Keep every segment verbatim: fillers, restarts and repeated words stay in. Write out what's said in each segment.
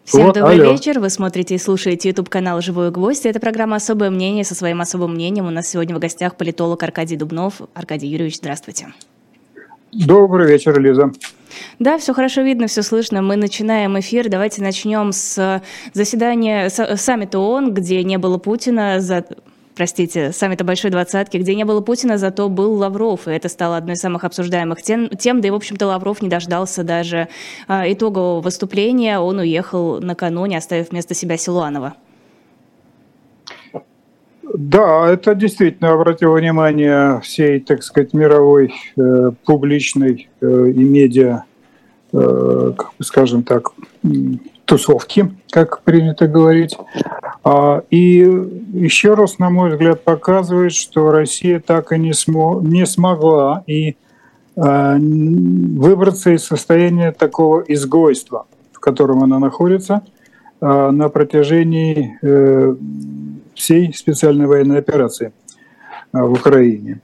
Всем Вот, добрый алло. вечер. Вы смотрите и слушаете YouTube-канал «Живой гвоздь». Это программа «Особое мнение». Со своим особым мнением у нас сегодня в гостях политолог Аркадий Дубнов. Аркадий Юрьевич, здравствуйте. Добрый вечер, Лиза. Да, все хорошо видно, все слышно. Мы начинаем эфир. Давайте начнем с заседания с, саммита ООН, где не было Путина, за... простите, саммита Большой Двадцатки, где не было Путина, зато был Лавров. И это стало одной из самых обсуждаемых тем. тем да и, в общем-то, Лавров не дождался даже а, итогового выступления. Он уехал накануне, оставив вместо себя Силуанова. Да, это действительно обратило внимание всей, так сказать, мировой э, публичной э, и медиа, э, как бы, скажем так, тусовки, как принято говорить. А, и еще раз, на мой взгляд, показывает, что Россия так и не, смо- не смогла и э, выбраться из состояния такого изгойства, в котором она находится, э, на протяжении э, всей специальной военной операции э, в Украине.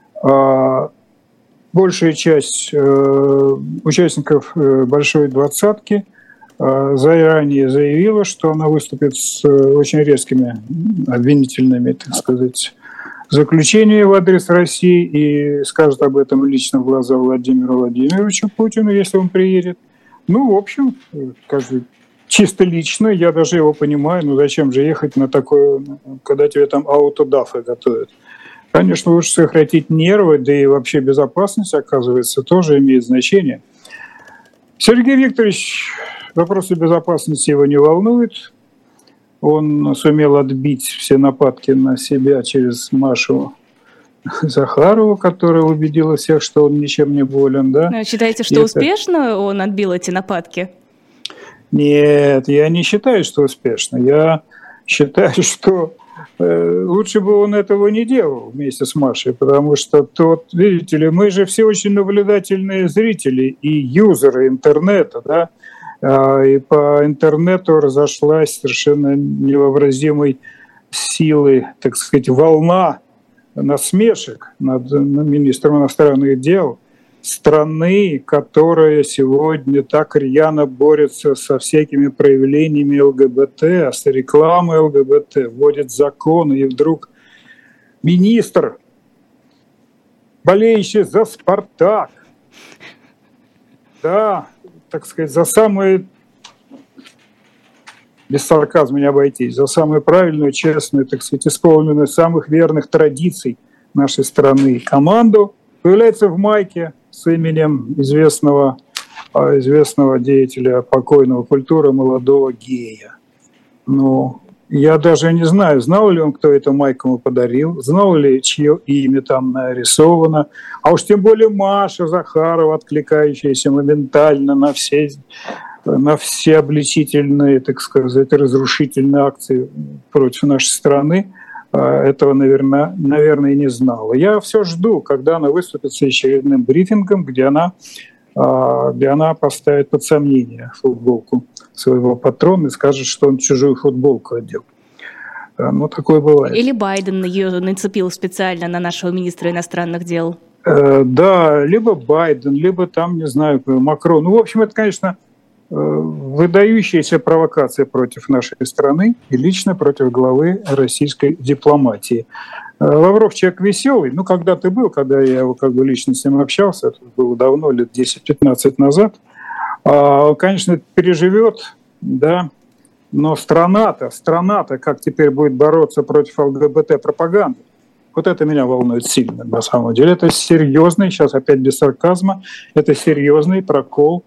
А большая часть э, участников э, Большой Двадцатки заранее заявила, что она выступит с очень резкими обвинительными, так сказать, заключениями в адрес России и скажет об этом лично в глаза Владимиру Владимировичу Путину, если он приедет. Ну, в общем, каждый чисто лично, я даже его понимаю, ну зачем же ехать на такое, когда тебе там аутодафы готовят. Конечно, лучше сократить нервы, да и вообще безопасность, оказывается, тоже имеет значение. Сергей Викторович, вопросы безопасности его не волнуют. Он сумел отбить все нападки на себя через Машу Захарову, которая убедила всех, что он ничем не болен. Да? Ну, считаете, что И успешно это... он отбил эти нападки? Нет, я не считаю, что успешно. Я считаю, что э, лучше бы он этого не делал вместе с Машей, потому что тот, видите ли, мы же все очень наблюдательные зрители и юзеры интернета, да, э, и по интернету разошлась совершенно невообразимой силы, так сказать, волна насмешек над, над министром иностранных дел страны, которая сегодня так рьяно борется со всякими проявлениями ЛГБТ, с рекламой ЛГБТ, вводит законы, и вдруг министр, болеющий за «Спартак», да, так сказать, за самые, без сарказма не обойтись, за самую правильную, честную, так сказать, исполненную самых верных традиций нашей страны команду, появляется в майке с именем известного, известного деятеля покойного культуры, молодого гея. Ну, я даже не знаю, знал ли он, кто эту майку ему подарил, знал ли, чье имя там нарисовано, а уж тем более Маша Захарова, откликающаяся моментально на все, на все обличительные, так сказать, разрушительные акции против нашей страны. Этого, наверное, наверное, и не знала. Я все жду, когда она выступит с очередным брифингом, где она, где она поставит под сомнение футболку своего патрона и скажет, что он чужую футболку одел. Ну, такое бывает. Или Байден ее нацепил специально на нашего министра иностранных дел. Да, либо Байден, либо там, не знаю, Макрон. Ну, в общем, это, конечно, выдающаяся провокация против нашей страны и лично против главы российской дипломатии. Лавров человек веселый, ну, когда-то был, когда я его как бы лично с ним общался, это было давно, лет десять-пятнадцать назад, он, конечно, переживет, да, но страна-то, страна-то как теперь будет бороться против ЛГБТ-пропаганды? Вот это меня волнует сильно, на самом деле. Это серьезный, сейчас опять без сарказма, это серьезный прокол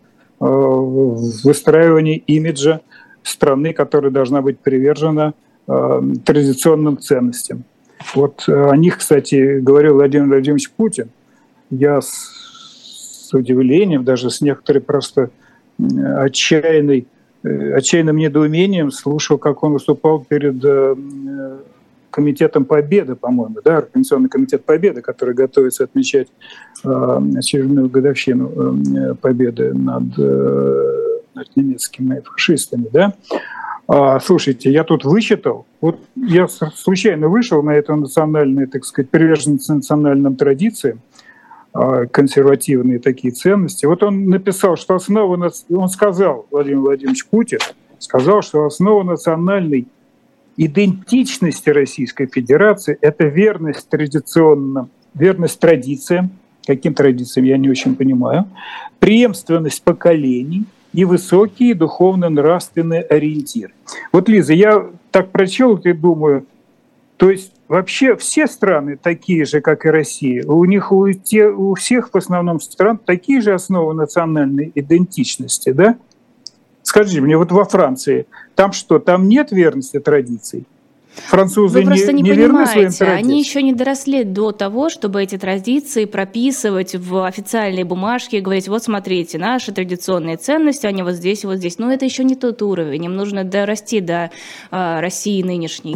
в выстраивании имиджа страны, которая должна быть привержена э, традиционным ценностям. Вот о них, кстати, говорил Владимир Владимирович Путин. Я с, с удивлением, даже с некоторой просто отчаянной, э, отчаянным недоумением слушал, как он выступал перед э, Комитетом Победы, по-моему, да, Организационный комитет Победы, который готовится отмечать э, очередную годовщину э, победы над, э, над немецкими фашистами, да. А, слушайте, я тут вычитал, вот я случайно вышел на это национальные, так сказать, приверженность национальным традициям, э, консервативные такие ценности. Вот он написал, что основано, он сказал, Владимир Владимирович Путин, сказал, что основа национальной идентичности Российской Федерации – это верность традиционным, верность традициям, каким традициям я не очень понимаю, преемственность поколений и высокие духовно-нравственные ориентиры. Вот, Лиза, я так прочел и думаю, то есть вообще все страны такие же, как и Россия, у них у, те, у всех в основном стран такие же основы национальной идентичности, да? Скажите мне, вот во Франции, там что, там нет верности традиций? Французы Вы просто не, не, не верны своим традициям? Они еще не доросли до того, чтобы эти традиции прописывать в официальной бумажке и говорить, вот смотрите, наши традиционные ценности, они вот здесь и вот здесь. Но это еще не тот уровень, им нужно дорасти до э, России нынешней.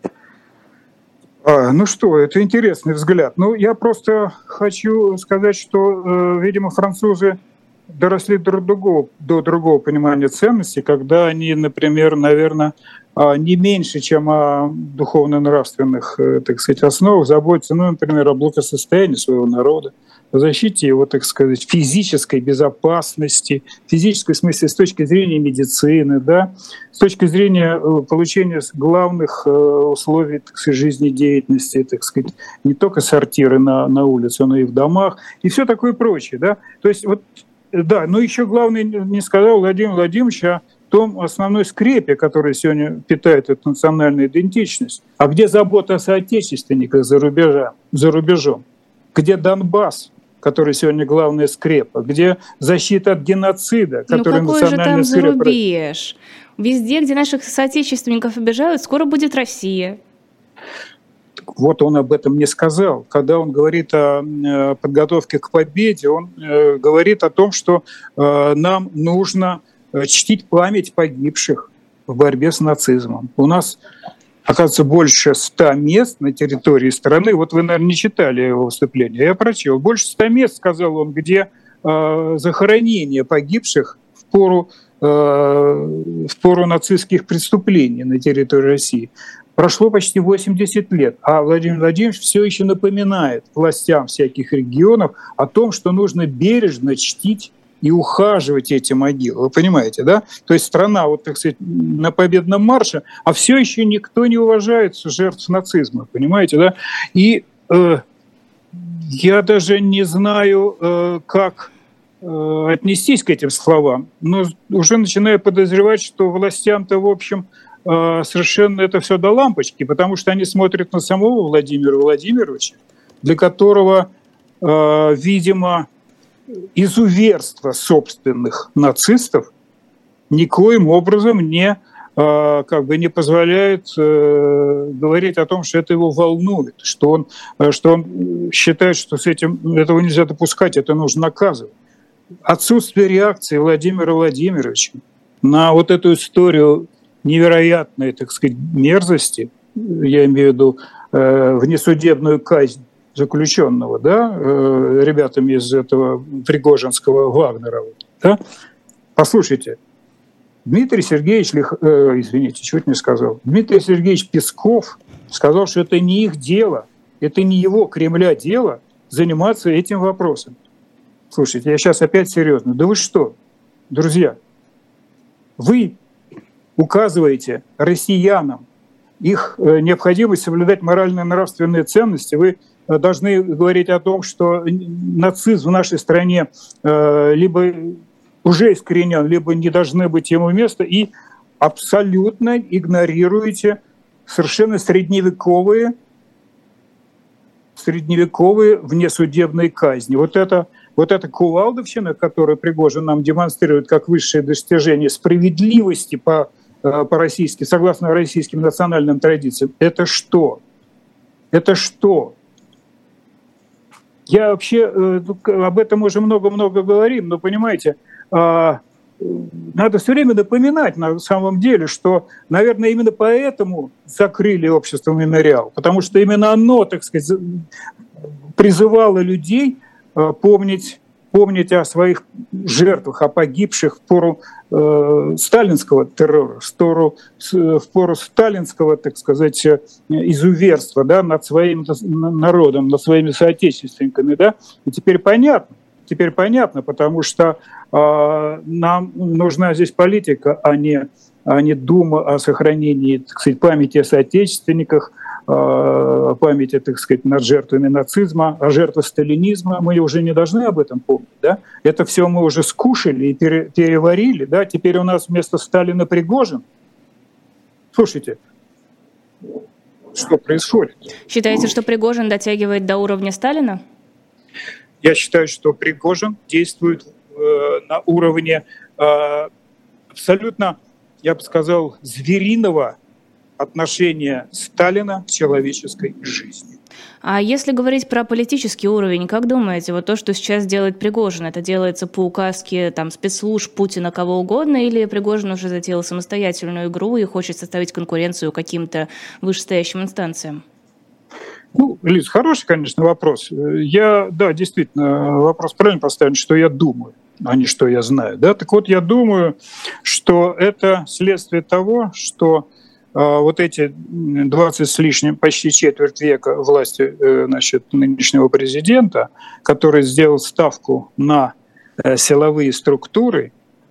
А, ну что, это интересный взгляд. Ну, я просто хочу сказать, что, э, видимо, французы доросли до другого, до другого понимания ценностей, когда они, например, наверное, не меньше, чем о духовно-нравственных, так сказать, основах заботятся, ну, например, о благосостоянии своего народа, о защите его, так сказать, физической безопасности, физической в смысле с точки зрения медицины, да, с точки зрения получения главных условий, так сказать, жизнедеятельности, так сказать, не только сортиры на, на улице, но и в домах, и все такое прочее, да. То есть вот, да, но еще главное не сказал Владимир Владимирович о том основной скрепе, который сегодня питает эту национальную идентичность. А где забота о соотечественниках за, рубежа, за рубежом? Где Донбасс, который сегодня главная скрепа? Где защита от геноцида, который ну, какой национальная же там скрепа? зарубеж? Везде, где наших соотечественников обижают, скоро будет Россия. Вот он об этом не сказал. Когда он говорит о подготовке к победе, он говорит о том, что нам нужно чтить память погибших в борьбе с нацизмом. У нас, оказывается, больше ста мест на территории страны. Вот вы, наверное, не читали его выступление. Я прочел. Больше ста мест, сказал он, где захоронение погибших в пору, в пору нацистских преступлений на территории России. Прошло почти восемьдесят лет, а Владимир Владимирович все еще напоминает властям всяких регионов о том, что нужно бережно чтить и ухаживать эти могилы. Вы понимаете, да? То есть страна, вот, так сказать, на победном марше, а все еще никто не уважает жертв нацизма, понимаете, да? И э, я даже не знаю, э, как э, отнестись к этим словам, но уже начинаю подозревать, что властям-то, в общем, совершенно это все до лампочки, потому что они смотрят на самого Владимира Владимировича, для которого, видимо, изуверство собственных нацистов никоим образом не, как бы не позволяет говорить о том, что это его волнует, что он, что он считает, что с этим этого нельзя допускать, это нужно наказывать. Отсутствие реакции Владимира Владимировича на вот эту историю невероятной, так сказать, мерзости, я имею в виду э, внесудебную казнь заключенного, да, э, ребятами из этого Пригожинского Вагнера. Да? Послушайте, Дмитрий Сергеевич, Лих... э, извините, чуть не сказал, Дмитрий Сергеевич Песков сказал, что это не их дело, это не его, Кремля, дело заниматься этим вопросом. Слушайте, я сейчас опять серьезно. Да вы что, друзья, вы указываете россиянам их необходимость соблюдать морально-нравственные ценности, вы должны говорить о том, что нацизм в нашей стране либо уже искоренен, либо не должны быть ему места, и абсолютно игнорируете совершенно средневековые, средневековые внесудебные казни. Вот это Вот эта кувалдовщина, которую Пригожин нам демонстрирует как высшее достижение справедливости по, по-российски, согласно российским национальным традициям, это что? Это что? Я вообще об этом уже много-много говорим, но, понимаете, надо все время напоминать на самом деле, что, наверное, именно поэтому закрыли общество «Мемориал», потому что именно оно, так сказать, призывало людей помнить, помнить о своих жертвах, о погибших в пору э, сталинского террора, в пору, в пору сталинского, так сказать, изуверства, да, над своим народом, над своими соотечественниками. Да? И теперь понятно, теперь понятно, потому что э, нам нужна здесь политика, а не а не дума о сохранении, так сказать, памяти о соотечественниках, памяти, так сказать, над жертвами нацизма, о жертвах сталинизма. Мы уже не должны об этом помнить. Да? Это все мы уже скушали и переварили. Да? Теперь у нас вместо Сталина Пригожин. Слушайте, что происходит? Считаете, что Пригожин дотягивает до уровня Сталина? Я считаю, что Пригожин действует э, на уровне э, абсолютно, я бы сказал, звериного отношения Сталина к человеческой жизни. А если говорить про политический уровень, как думаете, вот то, что сейчас делает Пригожин, это делается по указке там, спецслужб Путина, кого угодно, или Пригожин уже затеял самостоятельную игру и хочет составить конкуренцию каким-то вышестоящим инстанциям? Ну, Лиз, хороший, конечно, вопрос. Я, да, действительно, вопрос правильно поставлен, что я думаю, а не что я знаю. Да? Так вот, я думаю, что это следствие того, что вот эти двадцать с лишним, почти четверть века власти, значит, нынешнего президента, который сделал ставку на силовые структуры,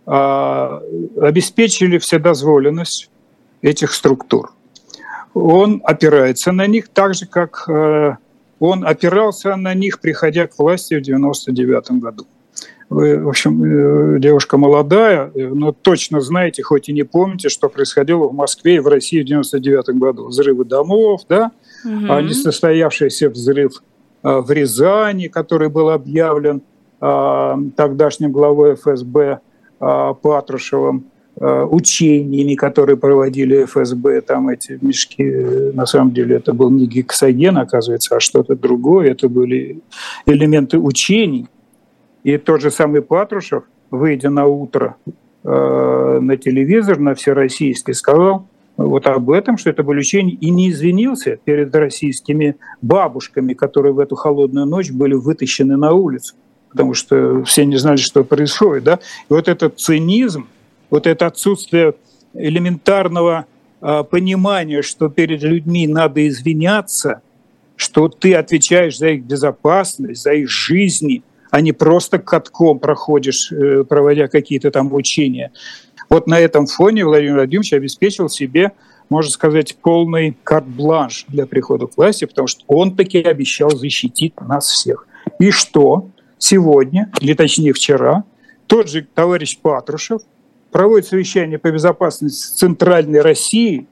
обеспечили вседозволенность этих структур. Он опирается на них так же, как он опирался на них, приходя к власти в девяносто девятом году. Вы, в общем, девушка молодая, но точно знаете, хоть и не помните, что происходило в Москве и в России в девяносто девятом году. Взрывы домов, да, угу. Несостоявшийся взрыв в Рязани, который был объявлен тогдашним главой эф эс бэ Патрушевым, учениями, которые проводили эф эс бэ, там эти мешки, на самом деле это был не гексоген, оказывается, а что-то другое, это были элементы учений. И тот же самый Патрушев, выйдя на утро э, на телевизор, на всероссийский, сказал вот об этом, что это были учения, и не извинился перед российскими бабушками, которые в эту холодную ночь были вытащены на улицу, потому что все не знали, что происходит. Да? И вот этот цинизм, вот это отсутствие элементарного э, понимания, что перед людьми надо извиняться, что ты отвечаешь за их безопасность, за их жизни, а не просто катком проходишь, проводя какие-то там учения. Вот на этом фоне Владимир Владимирович обеспечил себе, можно сказать, полный карт-бланш для прихода к власти, потому что он таки обещал защитить нас всех. И что сегодня, или точнее вчера, тот же товарищ Патрушев проводит совещание по безопасности Центральной России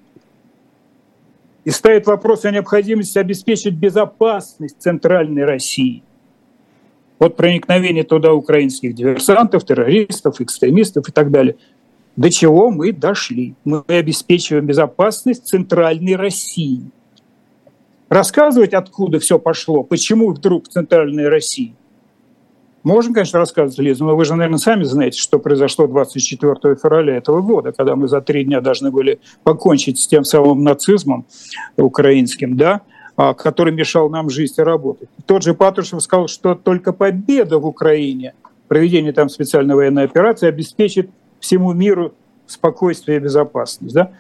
и ставит вопрос о необходимости обеспечить безопасность Центральной России от проникновения туда украинских диверсантов, террористов, экстремистов и так далее. До чего мы дошли? Мы обеспечиваем безопасность Центральной России. Рассказывать, откуда все пошло, почему вдруг в Центральной России? Можно, конечно, рассказывать, Лиза, но вы же, наверное, сами знаете, что произошло двадцать четвёртого февраля этого года, когда мы за три дня должны были покончить с тем самым нацизмом украинским, да, который мешал нам жить и работать. Тот же Патрушев сказал, что только победа в Украине, проведение там специальной военной операции обеспечит всему миру спокойствие и безопасность. Да?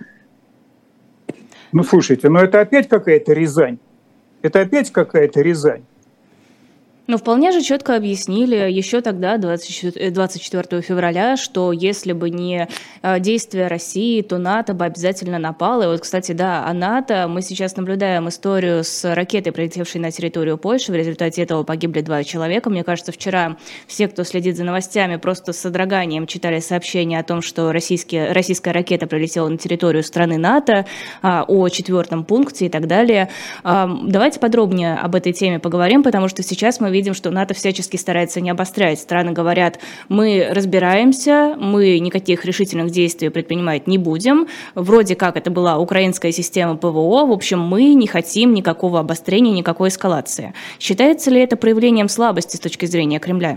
Ну, слушайте, но это опять какая-то Рязань. Это опять какая-то Рязань. Ну, вполне же четко объяснили еще тогда, двадцать четвёртого февраля, что если бы не действия России, то НАТО бы обязательно напало. И вот, кстати, да, о НАТО мы сейчас наблюдаем историю с ракетой, прилетевшей на территорию Польши. В результате этого погибли два человека. Мне кажется, вчера все, кто следит за новостями, просто с содроганием читали сообщение о том, что российские, российская ракета прилетела на территорию страны НАТО, о четвертом пункте и так далее. Давайте подробнее об этой теме поговорим, потому что сейчас мы видим, что НАТО всячески старается не обострять. Страны говорят, мы разбираемся, мы никаких решительных действий предпринимать не будем. Вроде как это была украинская система ПВО. В общем, мы не хотим никакого обострения, никакой эскалации. Считается ли это проявлением слабости с точки зрения Кремля?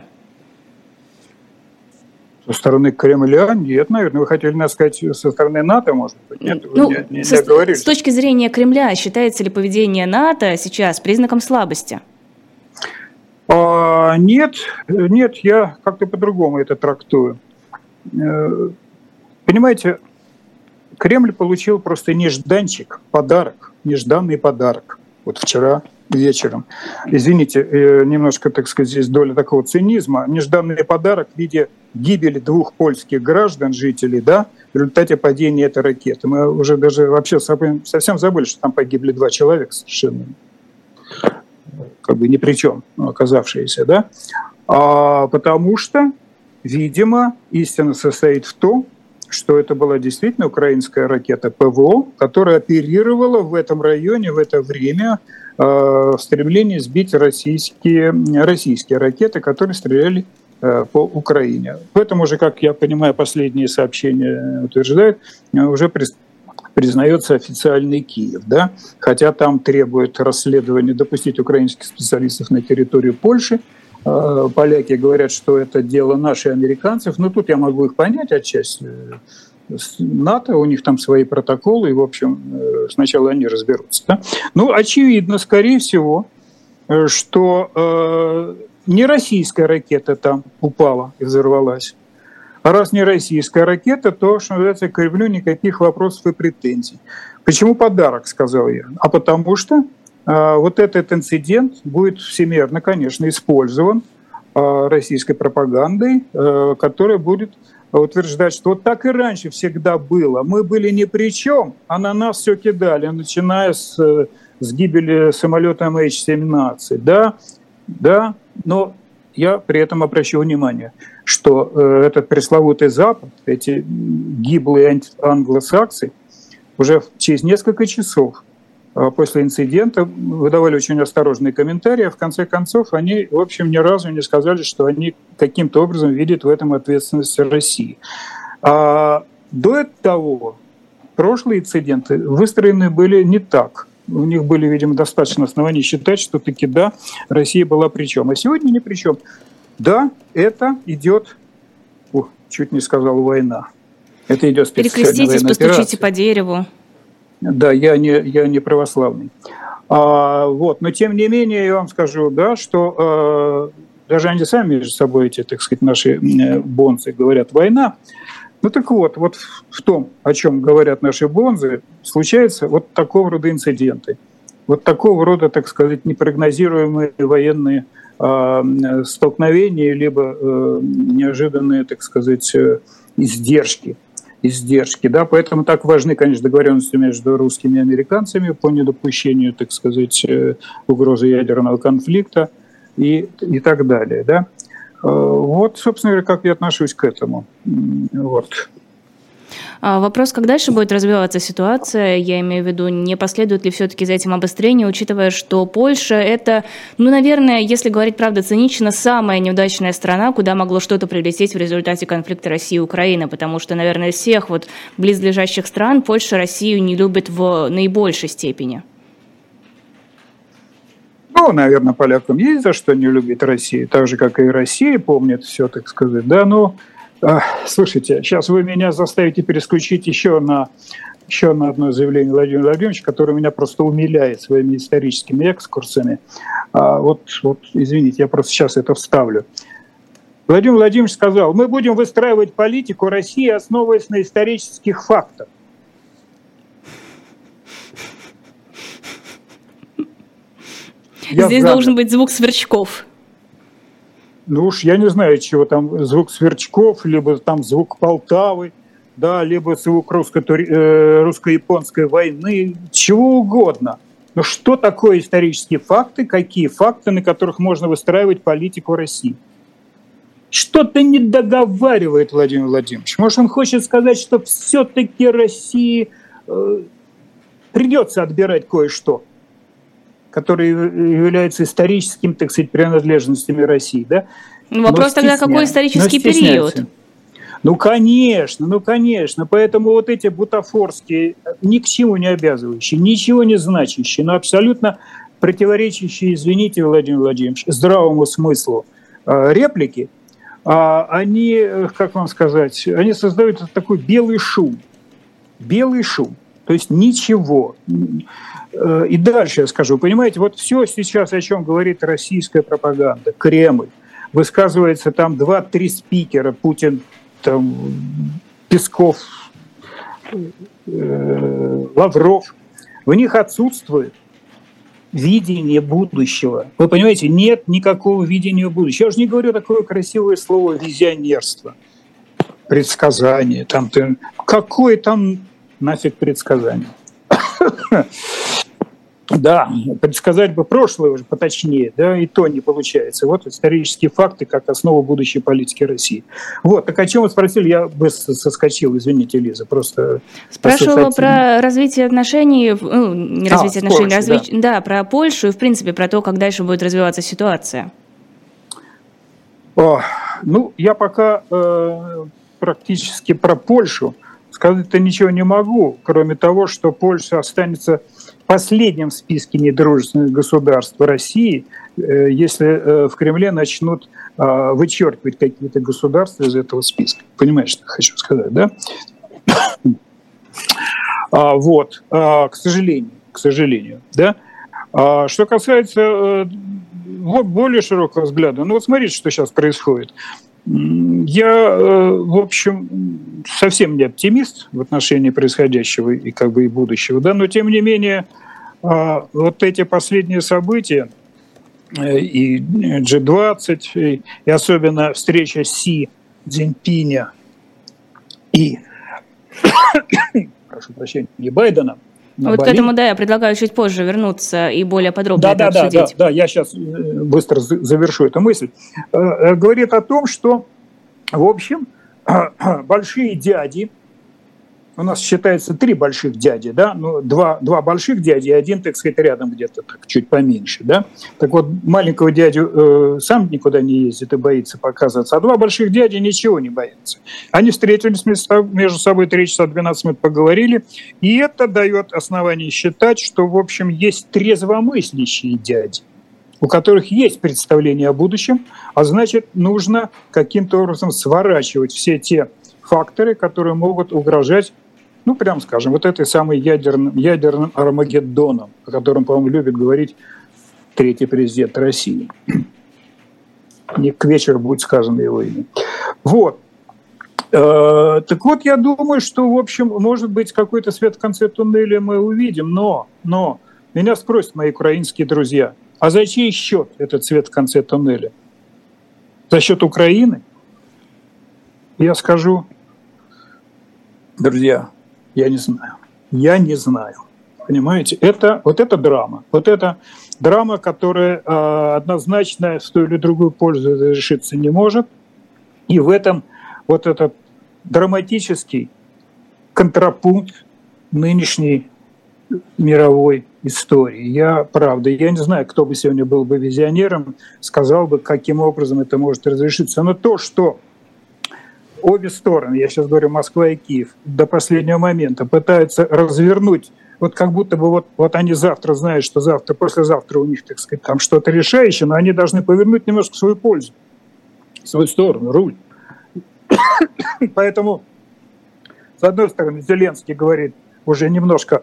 Со стороны Кремля? Нет, наверное. Вы хотели нас сказать со стороны НАТО, может быть? Нет, ну, вы не, не со, договорились. С точки зрения Кремля, считается ли поведение НАТО сейчас признаком слабости? А, нет, нет, я как-то по-другому это трактую. Понимаете, Кремль получил просто нежданчик, подарок, нежданный подарок. Вот вчера вечером. Извините, немножко, так сказать, здесь доля такого цинизма. Нежданный подарок в виде гибели двух польских граждан, жителей, да, в результате падения этой ракеты. Мы уже даже вообще совсем забыли, что там погибли два человека совершенно, как бы ни при чем оказавшиеся, да? А потому что, видимо, истина состоит в том, что это была действительно украинская ракета ПВО, которая оперировала в этом районе в это время э, в стремлении сбить российские, российские ракеты, которые стреляли э, по Украине. В этом уже, как я понимаю, последние сообщения утверждают, уже признается официальный Киев, да? Хотя там требует расследования, допустить украинских специалистов на территорию Польши. Поляки говорят, что это дело наших американцев. Но тут я могу их понять отчасти. НАТО, у них там свои протоколы, и, в общем, сначала они разберутся. Да? Ну, очевидно, скорее всего, что э, не российская ракета там упала и взорвалась. А раз не российская ракета, то, что называется, к Кремлю никаких вопросов и претензий. Почему подарок, сказал я? А потому что вот этот инцидент будет всемирно, конечно, использован российской пропагандой, которая будет утверждать, что вот так и раньше всегда было. Мы были ни при чем, а на нас все кидали, начиная с, с гибели самолета эм эйч семнадцать. Да, да, но я при этом обращу внимание, что этот пресловутый Запад, эти гиблые англосаксы, уже через несколько часов после инцидента выдавали очень осторожные комментарии, а в конце концов они, в общем, ни разу не сказали, что они каким-то образом видят в этом ответственность России. А до того прошлые инциденты выстроены были не так. У них были, видимо, достаточно оснований считать, что таки да, Россия была при чем. А сегодня ни при чем. Да, это идет, о, чуть не сказал, война. Это идет специальная военная операция. Перекреститесь, постучите по дереву. Да, я не, я не православный. А, вот, но тем не менее, я вам скажу, да, что э, даже они сами между собой, эти, так сказать, наши э, бонзы, говорят, война. Ну так вот, вот в, в том, о чем говорят наши бонзы, случаются вот такого рода инциденты. Вот такого рода, так сказать, непрогнозируемые военные э, столкновения, либо э, неожиданные, так сказать, э, издержки. издержки, да, поэтому так важны, конечно, договоренности между русскими и американцами по недопущению, так сказать, угрозы ядерного конфликта и, и так далее, да. Вот, собственно говоря, как я отношусь к этому. Вот. Вопрос, как дальше будет развиваться ситуация, я имею в виду, не последует ли все-таки за этим обострение, учитывая, что Польша – это, ну, наверное, если говорить правда цинично, самая неудачная страна, куда могло что-то прилететь в результате конфликта России и Украины, потому что, наверное, из всех вот близлежащих стран Польша Россию не любит в наибольшей степени. Ну, наверное, полякам есть за что не любить Россию, так же, как и Россия помнит все, так сказать, да, но... Слушайте, сейчас вы меня заставите перескочить еще на, еще на одно заявление Владимира Владимировича, которое меня просто умиляет своими историческими экскурсами. А вот, вот, извините, я просто сейчас это вставлю. Владимир Владимирович сказал, мы будем выстраивать политику России, основываясь на исторических фактах. Я Здесь должен быть звук сверчков. Ну уж я не знаю, чего там, звук сверчков, либо там звук Полтавы, да, либо звук русско-японской войны, чего угодно. Но что такое исторические факты, какие факты, на которых можно выстраивать политику России? Что-то не договаривает Владимир Владимирович. Может, он хочет сказать, что все-таки России э, придется отбирать кое-что, которые являются историческими, так сказать, принадлежностями России, да? Ну, вопрос тогда, какой исторический период? Ну, конечно, ну, конечно. Поэтому вот эти бутафорские, ни к чему не обязывающие, ничего не значащие, но абсолютно противоречащие, извините, Владимир Владимирович, здравому смыслу э, реплики, э, они, как вам сказать, они создают такой белый шум. Белый шум. То есть ничего. И дальше я скажу, понимаете, вот все сейчас, о чем говорит российская пропаганда, Кремль, высказывается там два-три спикера, Путин, там, Песков, э, Лавров, в них отсутствует видение будущего. Вы понимаете, нет никакого видения будущего. Я уже не говорю такое красивое слово «визионерство». предсказание. Там, ты... Какое там нафиг предсказание? Да, предсказать бы прошлое уже поточнее, да, и то не получается. Вот исторические факты как основа будущей политики России. Вот, так о чем вы спросили, я быстро соскочил, извините, Лиза, просто... Спрашивала про развитие отношений, ну, не развитие а, отношений, Польшу, разви... да. да, про Польшу и, в принципе, про то, как дальше будет развиваться ситуация. О, ну, я пока э, практически про Польшу сказать-то ничего не могу, кроме того, что Польша останется последним в списке недружественных государств России, если в Кремле начнут вычеркивать какие-то государства из этого списка. Понимаете, что я хочу сказать, да? Вот, к сожалению, к сожалению, да. Что касается вот более широкого взгляда, ну вот смотрите, что сейчас происходит. Я, в общем, совсем не оптимист в отношении происходящего и как бы и будущего, да, но тем не менее вот эти последние события и джи двадцать, и особенно встреча Си Цзиньпиня и, прошу прощения, и Байдена. Вот Бали. К этому, да, я предлагаю чуть позже вернуться и более подробно да, это да, обсудить. Да, да, да, я сейчас быстро завершу эту мысль. Говорит о том, что, в общем, большие дяди, у нас считается три больших дяди, да, ну, два, два больших дяди и один, так сказать, рядом где-то, так, чуть поменьше, да. Так вот, маленького дядю э, сам никуда не ездит и боится показываться, а два больших дяди ничего не боятся. Они встретились между собой три часа двенадцать минут поговорили, и это дает основание считать, что, в общем, есть трезвомыслящие дяди, у которых есть представление о будущем, а значит, нужно каким-то образом сворачивать все те факторы, которые могут угрожать, ну, прям скажем, вот этой самой ядерным, ядерным Армагеддоном, о котором, по-моему, любит говорить третий президент России. Не к вечеру будет сказано его имя. Вот. Э, так вот, я думаю, что, в общем, может быть, какой-то свет в конце туннеля мы увидим, но, но меня спросят мои украинские друзья, а за чей счет этот свет в конце туннеля? За счет Украины? Я скажу, друзья, я не знаю. Я не знаю. Понимаете? Это, вот это драма. Вот это драма, которая э, однозначно в ту или другую пользу решиться не может. И в этом вот этот драматический контрапункт нынешней мировой истории. Я, правда, я не знаю, кто бы сегодня был бы визионером, сказал бы, каким образом это может разрешиться. Но то, что обе стороны, я сейчас говорю Москва и Киев, до последнего момента пытаются развернуть, вот как будто бы вот, вот они завтра знают, что завтра, послезавтра у них, так сказать, там что-то решающее, но они должны повернуть немножко в свою пользу, в свою сторону, руль. Поэтому, с одной стороны, Зеленский говорит, уже немножко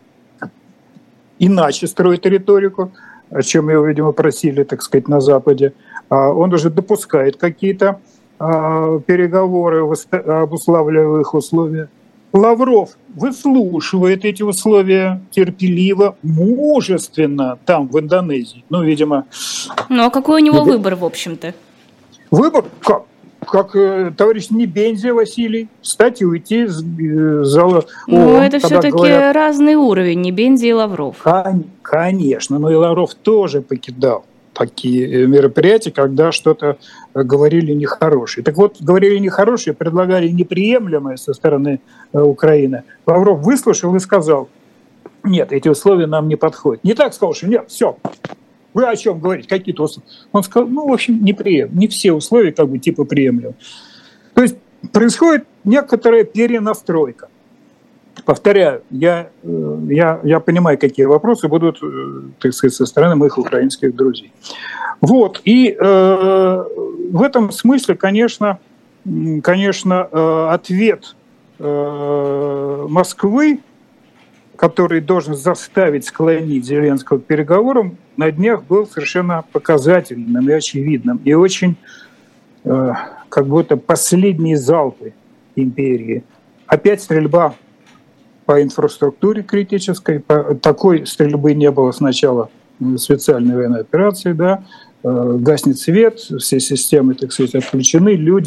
иначе строит риторику, о чем его, видимо, просили, так сказать, на Западе. Он уже допускает какие-то переговоры, обуславливая их условия. Лавров выслушивает эти условия терпеливо, мужественно там, в Индонезии. Ну, видимо... Ну, а какой у него выбор, в общем-то? Выбор? Как? Как э, товарищ Небензя Василий, встать и уйти из э, зала. Ну, это все-таки говорят... разный уровень, Небензя и Лавров. Кон- конечно, но и Лавров тоже покидал такие мероприятия, когда что-то говорили нехорошее. Так вот, говорили нехорошее, предлагали неприемлемое со стороны э, Украины. Лавров выслушал и сказал, нет, эти условия нам не подходят. Не так сказал, что нет, все, вы о чем говорите, какие-то условия. Он сказал, ну, в общем, неприемлемо, не все условия как бы типа приемлемы. То есть происходит некоторая перенастройка. Повторяю, я, я, я понимаю, какие вопросы будут, так сказать, со стороны моих украинских друзей. Вот, и э, в этом смысле, конечно, конечно э, ответ э, Москвы, который должен заставить склонить Зеленского к переговорам, на днях был совершенно показательным и очевидным, и очень э, как будто последние залпы империи. Опять стрельба по инфраструктуре критической. Такой стрельбы не было с начала специальной военной операции. Да. Гаснет свет, все системы, так сказать, отключены, люди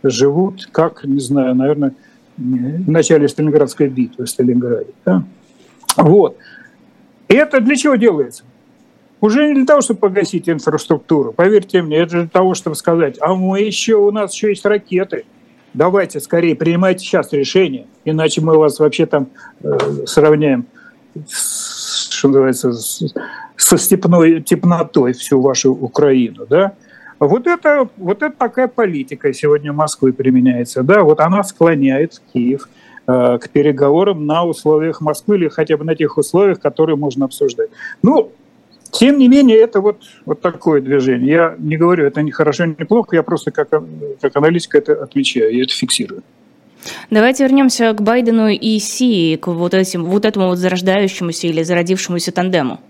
живут, как, не знаю, наверное, в начале Сталинградской битвы в Сталинграде. Да? Вот. И это для чего делается? Уже не для того, чтобы погасить инфраструктуру. Поверьте мне, это для того, чтобы сказать, а мы еще, у нас еще есть ракеты. Давайте скорее принимайте сейчас решение, иначе мы вас вообще там э, сравняем, с, что называется, с, со степной темнотой всю вашу Украину. Да? Вот, это, вот это такая политика сегодня Москвы применяется. Да? Вот она склоняет Киев э, к переговорам на условиях Москвы или хотя бы на тех условиях, которые можно обсуждать. Ну, тем не менее, это вот, вот такое движение. Я не говорю, это не хорошо, не плохо, я просто как, как аналитик это отмечаю, я это фиксирую. Давайте вернемся к Байдену и Си, к вот, этим, вот этому вот зарождающемуся или зародившемуся тандему.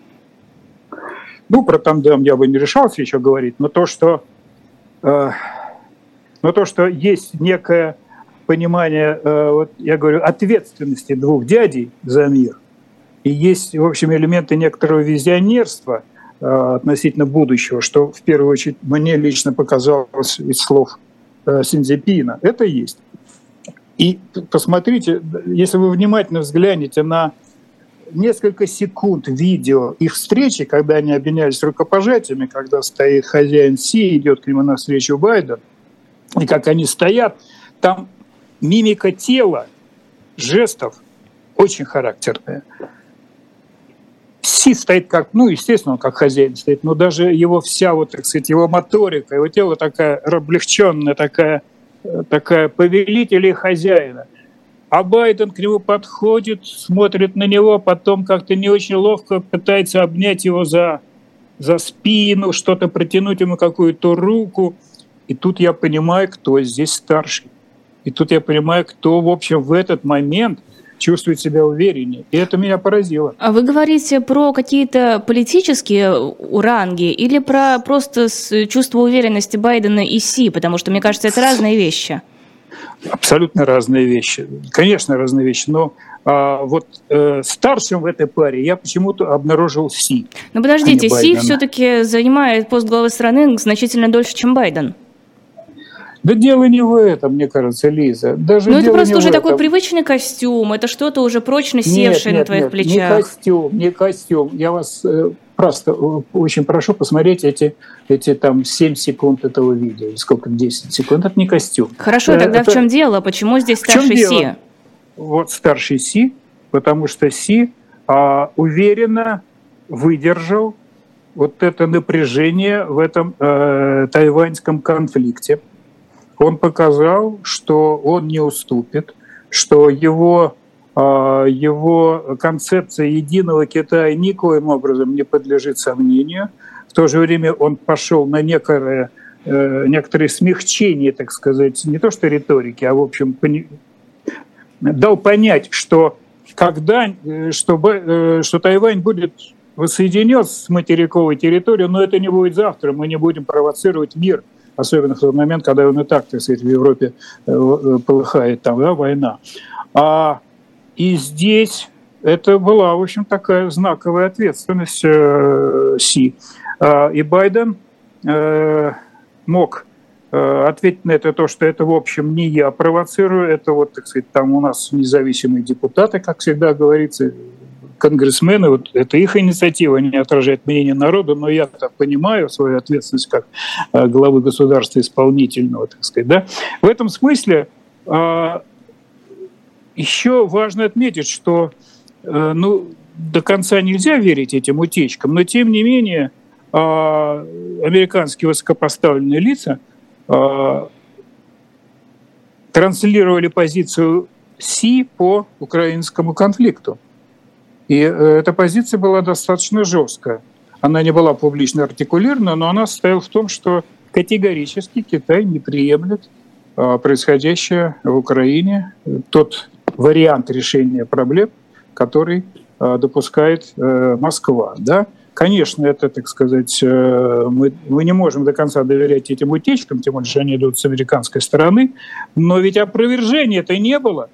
Ну, про тандем я бы не решался еще говорить, но то, что, э, но то, что есть некое понимание, э, вот я говорю, ответственности двух дядей за мир, и есть, в общем, элементы некоторого визионерства э, относительно будущего, что в первую очередь мне лично показалось из слов э, Си Цзиньпина. Это есть. И посмотрите, если вы внимательно взглянете на несколько секунд видео их встречи, когда они обменялись рукопожатиями, когда стоит хозяин Си, идет к нему навстречу Байден, и как они стоят, там мимика тела, жестов очень характерная. Си стоит как, ну, естественно, он как хозяин стоит, но даже его вся, вот, так сказать, его моторика, его тело такая облегченная, такая, такая повелителя и хозяина. А Байден к нему подходит, смотрит на него, потом как-то не очень ловко пытается обнять его за, за спину, что-то протянуть ему какую-то руку. И тут я понимаю, кто здесь старший. И тут я понимаю, кто, в общем, в этот момент чувствует себя увереннее. И это меня поразило. А вы говорите про какие-то политические ранги или про просто чувство уверенности Байдена и Си? Потому что, мне кажется, это разные вещи. Абсолютно разные вещи. Конечно, разные вещи. Но а, вот э, старшим в этой паре я почему-то обнаружил Си. Но подождите, Си все-таки занимает пост главы страны значительно дольше, чем Байден. Да дело не в этом, мне кажется, Лиза. Даже ну это просто уже такой привычный костюм, это что-то уже прочно севшее нет, нет, на твоих нет, плечах. Не костюм, не костюм. Я вас э, просто очень прошу посмотреть эти, эти там семь секунд этого видео, или сколько, десять секунд, это не костюм. Хорошо, э, тогда это... в чем дело? Почему здесь старший Си? Вот старший Си, потому что Си э, уверенно выдержал вот это напряжение в этом э, тайваньском конфликте. Он показал, что он не уступит, что его, его концепция единого Китая никоим образом не подлежит сомнению. В то же время он пошел на некое, некоторое смягчение, так сказать, не то что риторики, а в общем дал понять, что когда, что, что Тайвань будет воссоединен с материковой территорией, но это не будет завтра, мы не будем провоцировать мир. Особенно в тот момент, когда он и так, так сказать, в Европе полыхает там, да, война. А, и здесь это была, в общем, такая знаковая ответственность э, Си. А, и Байден э, мог э, ответить на это то, что это, в общем, не я провоцирую, это вот, так сказать, там у нас независимые депутаты, как всегда говорится, конгрессмены, вот это их инициатива, не отражает мнение народа, но я-то понимаю свою ответственность как э, главы государства исполнительного, так сказать, да. В этом смысле э, еще важно отметить, что э, ну, до конца нельзя верить этим утечкам, но тем не менее э, американские высокопоставленные лица э, транслировали позицию Си по украинскому конфликту. И эта позиция была достаточно жесткая. Она не была публично артикулирована, но она состояла в том, что категорически Китай не приемлет происходящее в Украине, тот вариант решения проблем, который допускает Москва. Да? Конечно, это, так сказать, мы, мы не можем до конца доверять этим утечкам, тем более, что они идут с американской стороны, но ведь опровержения-то не было.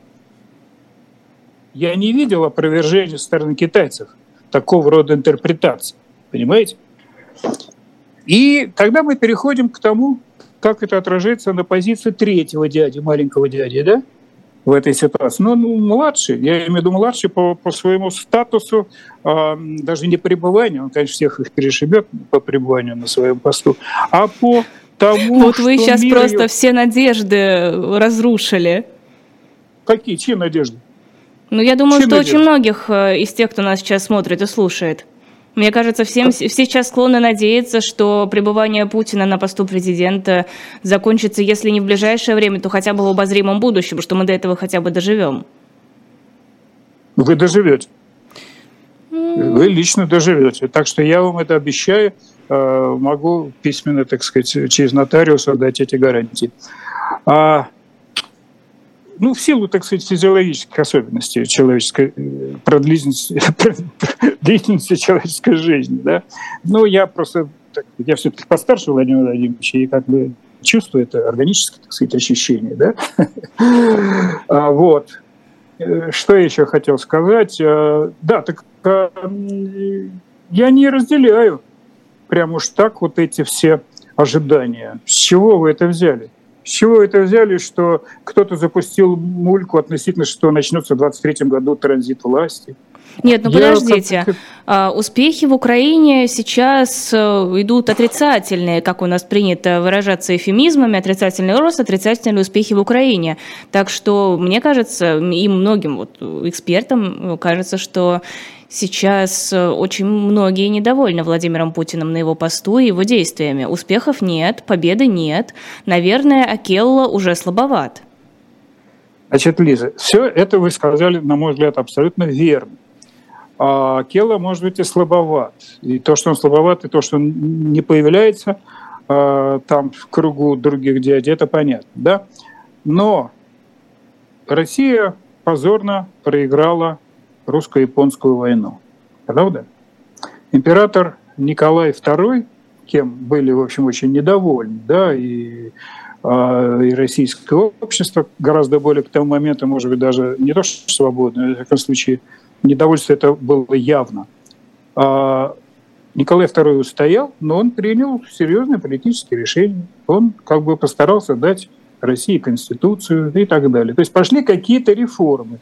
Я не видел опровержения со стороны китайцев такого рода интерпретации. Понимаете? И тогда мы переходим к тому, как это отражается на позиции третьего дяди, маленького дяди, да, в этой ситуации. Ну, ну младший, я имею в виду младший по, по своему статусу, э, даже не пребыванию, он, конечно, всех их перешибет по пребыванию на своем посту, а по тому, вот вы что сейчас мир просто ее... все надежды разрушили. Какие? Чьи надежды? Ну, я думаю, Чьи что надежды? очень многих из тех, кто нас сейчас смотрит и слушает. Мне кажется, всем, все сейчас склонны надеяться, что пребывание Путина на посту президента закончится, если не в ближайшее время, то хотя бы в обозримом будущем, что мы до этого хотя бы доживем. Вы доживете. Вы лично доживете. Так что я вам это обещаю. Могу письменно, так сказать, через нотариуса дать эти гарантии. А, ну, в силу, так сказать, физиологических особенностей человеческой продлительности, длительности человеческой жизни, да. Ну, я просто, так, я все-таки постарше Владимира Владимировича, и как бы чувствую это органическое, так сказать, ощущение, да. а, вот. Что я еще хотел сказать? Да, так я не разделяю прям уж так вот эти все ожидания. С чего вы это взяли? С чего вы это взяли, что кто-то запустил мульку относительно, что начнется в двадцать третьем году транзит власти? Нет, ну я подождите. Как... Успехи в Украине сейчас идут отрицательные, как у нас принято выражаться эфемизмами, отрицательный рост, отрицательные успехи в Украине. Так что, мне кажется, и многим вот экспертам кажется, что сейчас очень многие недовольны Владимиром Путиным на его посту и его действиями. Успехов нет, победы нет. Наверное, Акелла уже слабоват. Значит, Лиза, все это вы сказали, на мой взгляд, абсолютно верно. А Келла, может быть, и слабоват. И то, что он слабоват, и то, что он не появляется а, там в кругу других дядей, это понятно, да? Но Россия позорно проиграла русско-японскую войну. Правда? Император Николай второй, кем были, в общем, очень недовольны, да, и, а, и российское общество гораздо более к тому моменту, может быть, даже не то, что свободное, в таком случае, недовольство это было явно. А Николай второй устоял, но он принял серьезные политические решения. Он как бы постарался дать России конституцию и так далее. То есть пошли какие-то реформы.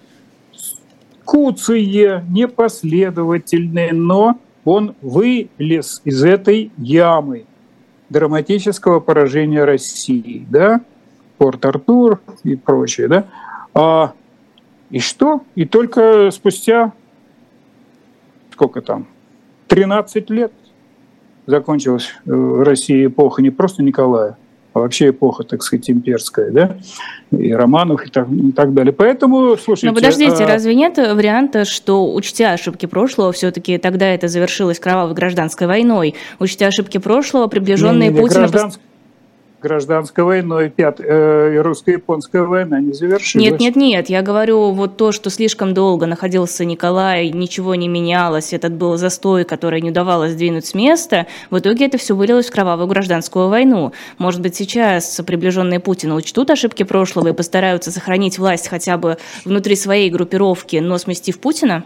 Куцые, непоследовательные, но он вылез из этой ямы драматического поражения России. Да? Порт-Артур и прочее. Да? А И что? И только спустя, сколько там, тринадцать лет закончилась в России эпоха не просто Николая, а вообще эпоха, так сказать, имперская, да, и Романов и так, и так далее. Поэтому, слушайте... Но подождите, а... разве нет варианта, что, учтя ошибки прошлого, все-таки тогда это завершилось кровавой гражданской войной, учтя ошибки прошлого, приближенные не, не, не, Путина... Гражданской... Гражданской войной, пят... э, русско-японская война не завершилась. Нет, нет, нет, я говорю вот то, что слишком долго находился Николай, ничего не менялось, этот был застой, который не удавалось сдвинуть с места, в итоге это все вылилось в кровавую гражданскую войну. Может быть, сейчас приближенные Путина учтут ошибки прошлого и постараются сохранить власть хотя бы внутри своей группировки, но сместив Путина?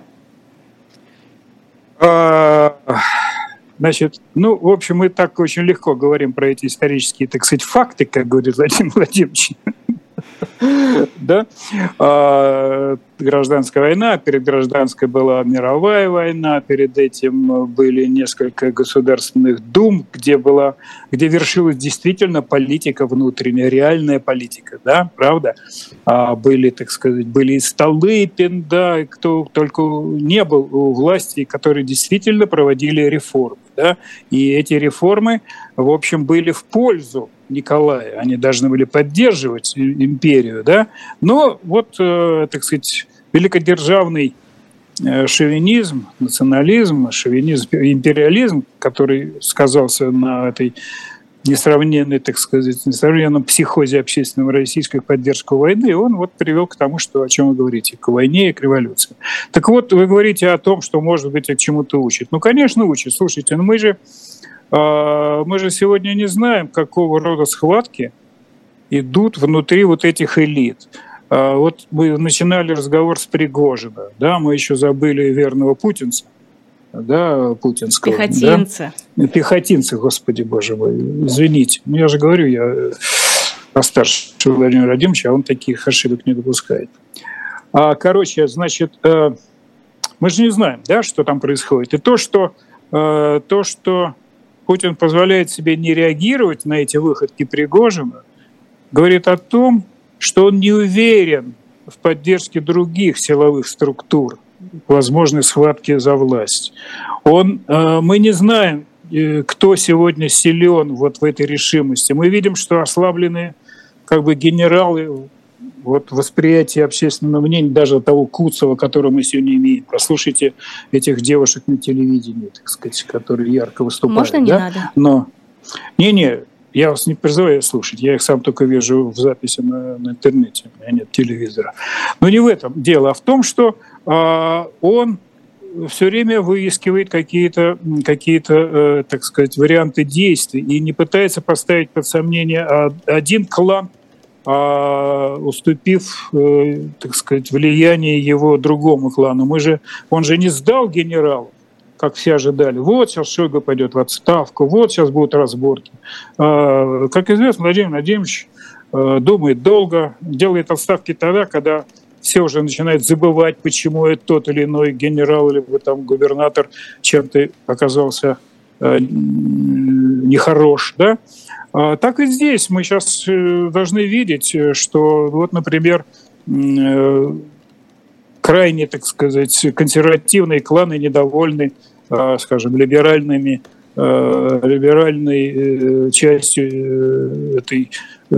Значит, ну, в общем, мы так очень легко говорим про эти исторические, так сказать, факты, как говорит Владимир Владимирович. Да? Гражданская война, перед гражданской была мировая война, перед этим были несколько государственных дум, где была, где вершилась действительно политика внутренняя, реальная политика, да, правда? Были, так сказать, были и Столыпин, да, кто только не был у власти, которые действительно проводили реформы, да, и эти реформы, в общем, были в пользу Николая, они должны были поддерживать империю, да, но вот, э, так сказать, великодержавный э, шовинизм, национализм, шовинизм, империализм, который сказался на этой несравненной, так сказать, несравненном психозе общественного российской поддержку войны, он вот привел к тому, что, о чем вы говорите, к войне и к революции. Так вот, вы говорите о том, что, может быть, к чему-то учат. Ну, конечно, учат. Слушайте, ну мы же Мы же сегодня не знаем, какого рода схватки идут внутри вот этих элит. Вот мы начинали разговор с Пригожина, да, мы еще забыли верного путинца, да, путинского. Пехотинцы. Да? Пехотинцы, господи, боже мой, извините. Ну, я же говорю, я постарше Владимира Владимировича, а он таких ошибок не допускает. А, короче, значит, мы же не знаем, да, что там происходит. И то, что, то, что Путин позволяет себе не реагировать на эти выходки Пригожина, говорит о том, что он не уверен в поддержке других силовых структур, возможной схватки за власть. Он, мы не знаем, кто сегодня силен вот в этой решимости. Мы видим, что ослаблены как бы генералы, вот восприятие общественного мнения, даже того Куцева, которого мы сегодня имеем. Прослушайте этих девушек на телевидении, так сказать, которые ярко выступают. Можно не да? надо? Но не-не, я вас не призываю слушать, я их сам только вижу в записи на, на интернете, у меня нет телевизора. Но не в этом дело, а в том, что а, он все время выискивает какие-то, какие-то э, так сказать, варианты действий и не пытается поставить под сомнение один клан, а уступив, э, так сказать, влияние его другому клану. Мы же, он же не сдал генералов, как все ожидали. Вот сейчас Шойгу пойдет в отставку, вот сейчас будут разборки. А, как известно, Владимир Владимирович э, думает долго, делает отставки тогда, когда все уже начинают забывать, почему это тот или иной генерал или там губернатор чем-то оказался э, нехорош, да? А, так и здесь мы сейчас э, должны видеть, что вот, например, э, крайне, так сказать, консервативные кланы недовольны, э, скажем, либеральными, э, либеральной э, частью э, этой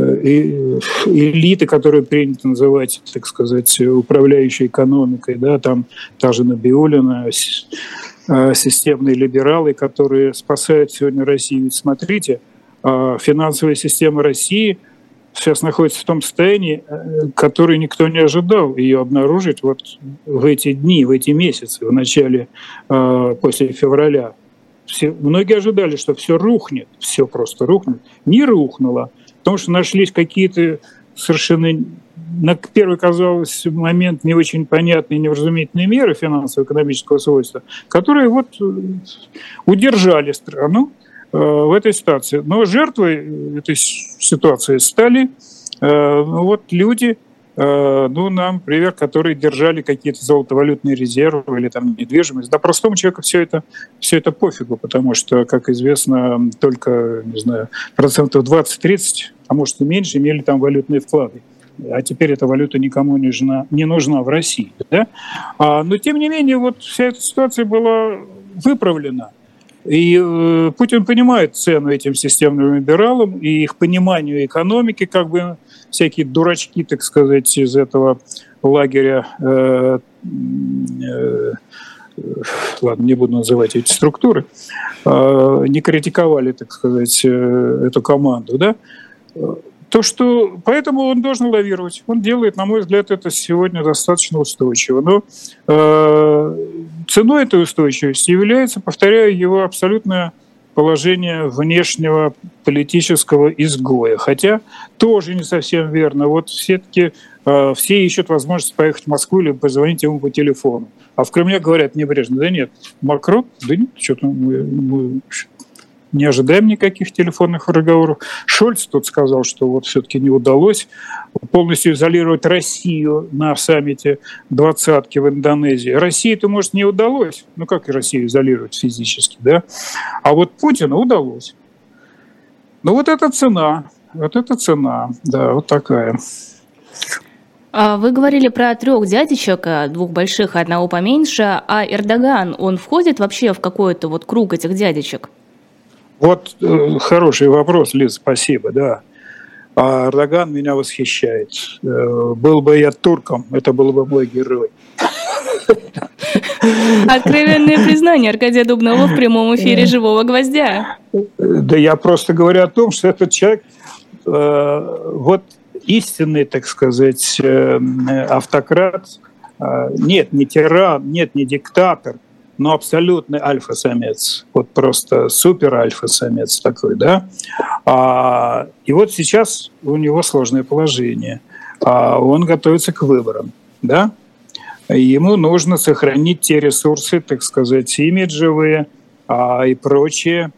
элиты, которую принято называть, так сказать, управляющей экономикой, да, там та же Набиуллина, системные либералы, которые спасают сегодня Россию. Ведь смотрите, финансовая система России сейчас находится в том состоянии, которое никто не ожидал ее обнаружить вот в эти дни, в эти месяцы, в начале, после февраля. Все, многие ожидали, что все рухнет, все просто рухнет. Не рухнуло. Потому что нашлись какие-то совершенно, на первый, казалось, момент не очень понятные, невразумительные меры финансово-экономического свойства, которые вот удержали страну э, в этой ситуации. Но жертвой этой ситуации стали э, вот люди, э, ну, нам, например, которые держали какие-то золотовалютные резервы или там недвижимость. Да, простому человеку все это, все это пофигу, потому что, как известно, только, не знаю, процентов двадцать-тридцать, а может и меньше, имели там валютные вклады. А теперь эта валюта никому не нужна, не нужна в России. Да? А, но, тем не менее, вот вся эта ситуация была выправлена. И э, Путин понимает цену этим системным либералам и их пониманию экономики, как бы всякие дурачки, так сказать, из этого лагеря, э, э, ладно, не буду называть эти структуры, э, не критиковали, так сказать, э, эту команду, да? То, что... Поэтому он должен лавировать. Он делает, на мой взгляд, это сегодня достаточно устойчиво. Но э, ценой этой устойчивости является, повторяю, его абсолютное положение внешнего политического изгоя. Хотя тоже не совсем верно. Вот все-таки э, все ищут возможность поехать в Москву или позвонить ему по телефону. А в Кремле говорят небрежно: да нет, Макрон, да нет, что-то мы... мы не ожидаем никаких телефонных разговоров. Шольц тут сказал, что вот все-таки не удалось полностью изолировать Россию на саммите двадцатки в Индонезии. России-то, может, не удалось. Ну, как и Россию изолировать физически, да? А вот Путину удалось. Ну, вот эта цена, вот эта цена, да, вот такая. Вы говорили про трех дядечек, двух больших, одного поменьше. А Эрдоган, он входит вообще в какой-то вот круг этих дядечек? Вот э, хороший вопрос, Лиз, спасибо, да. А Эрдоган меня восхищает. Э, был бы я турком, это был бы мой герой. Откровенное признание Аркадия Дубнова в прямом эфире «Живого гвоздя». Да я просто говорю о том, что этот человек, э, вот истинный, так сказать, э, автократ, э, нет, не тиран, нет, не диктатор, но абсолютный альфа-самец, вот просто супер-альфа-самец такой, да. А, и вот сейчас у него сложное положение, а он готовится к выборам, да. ему нужно сохранить те ресурсы, так сказать, имиджевые а, и прочие,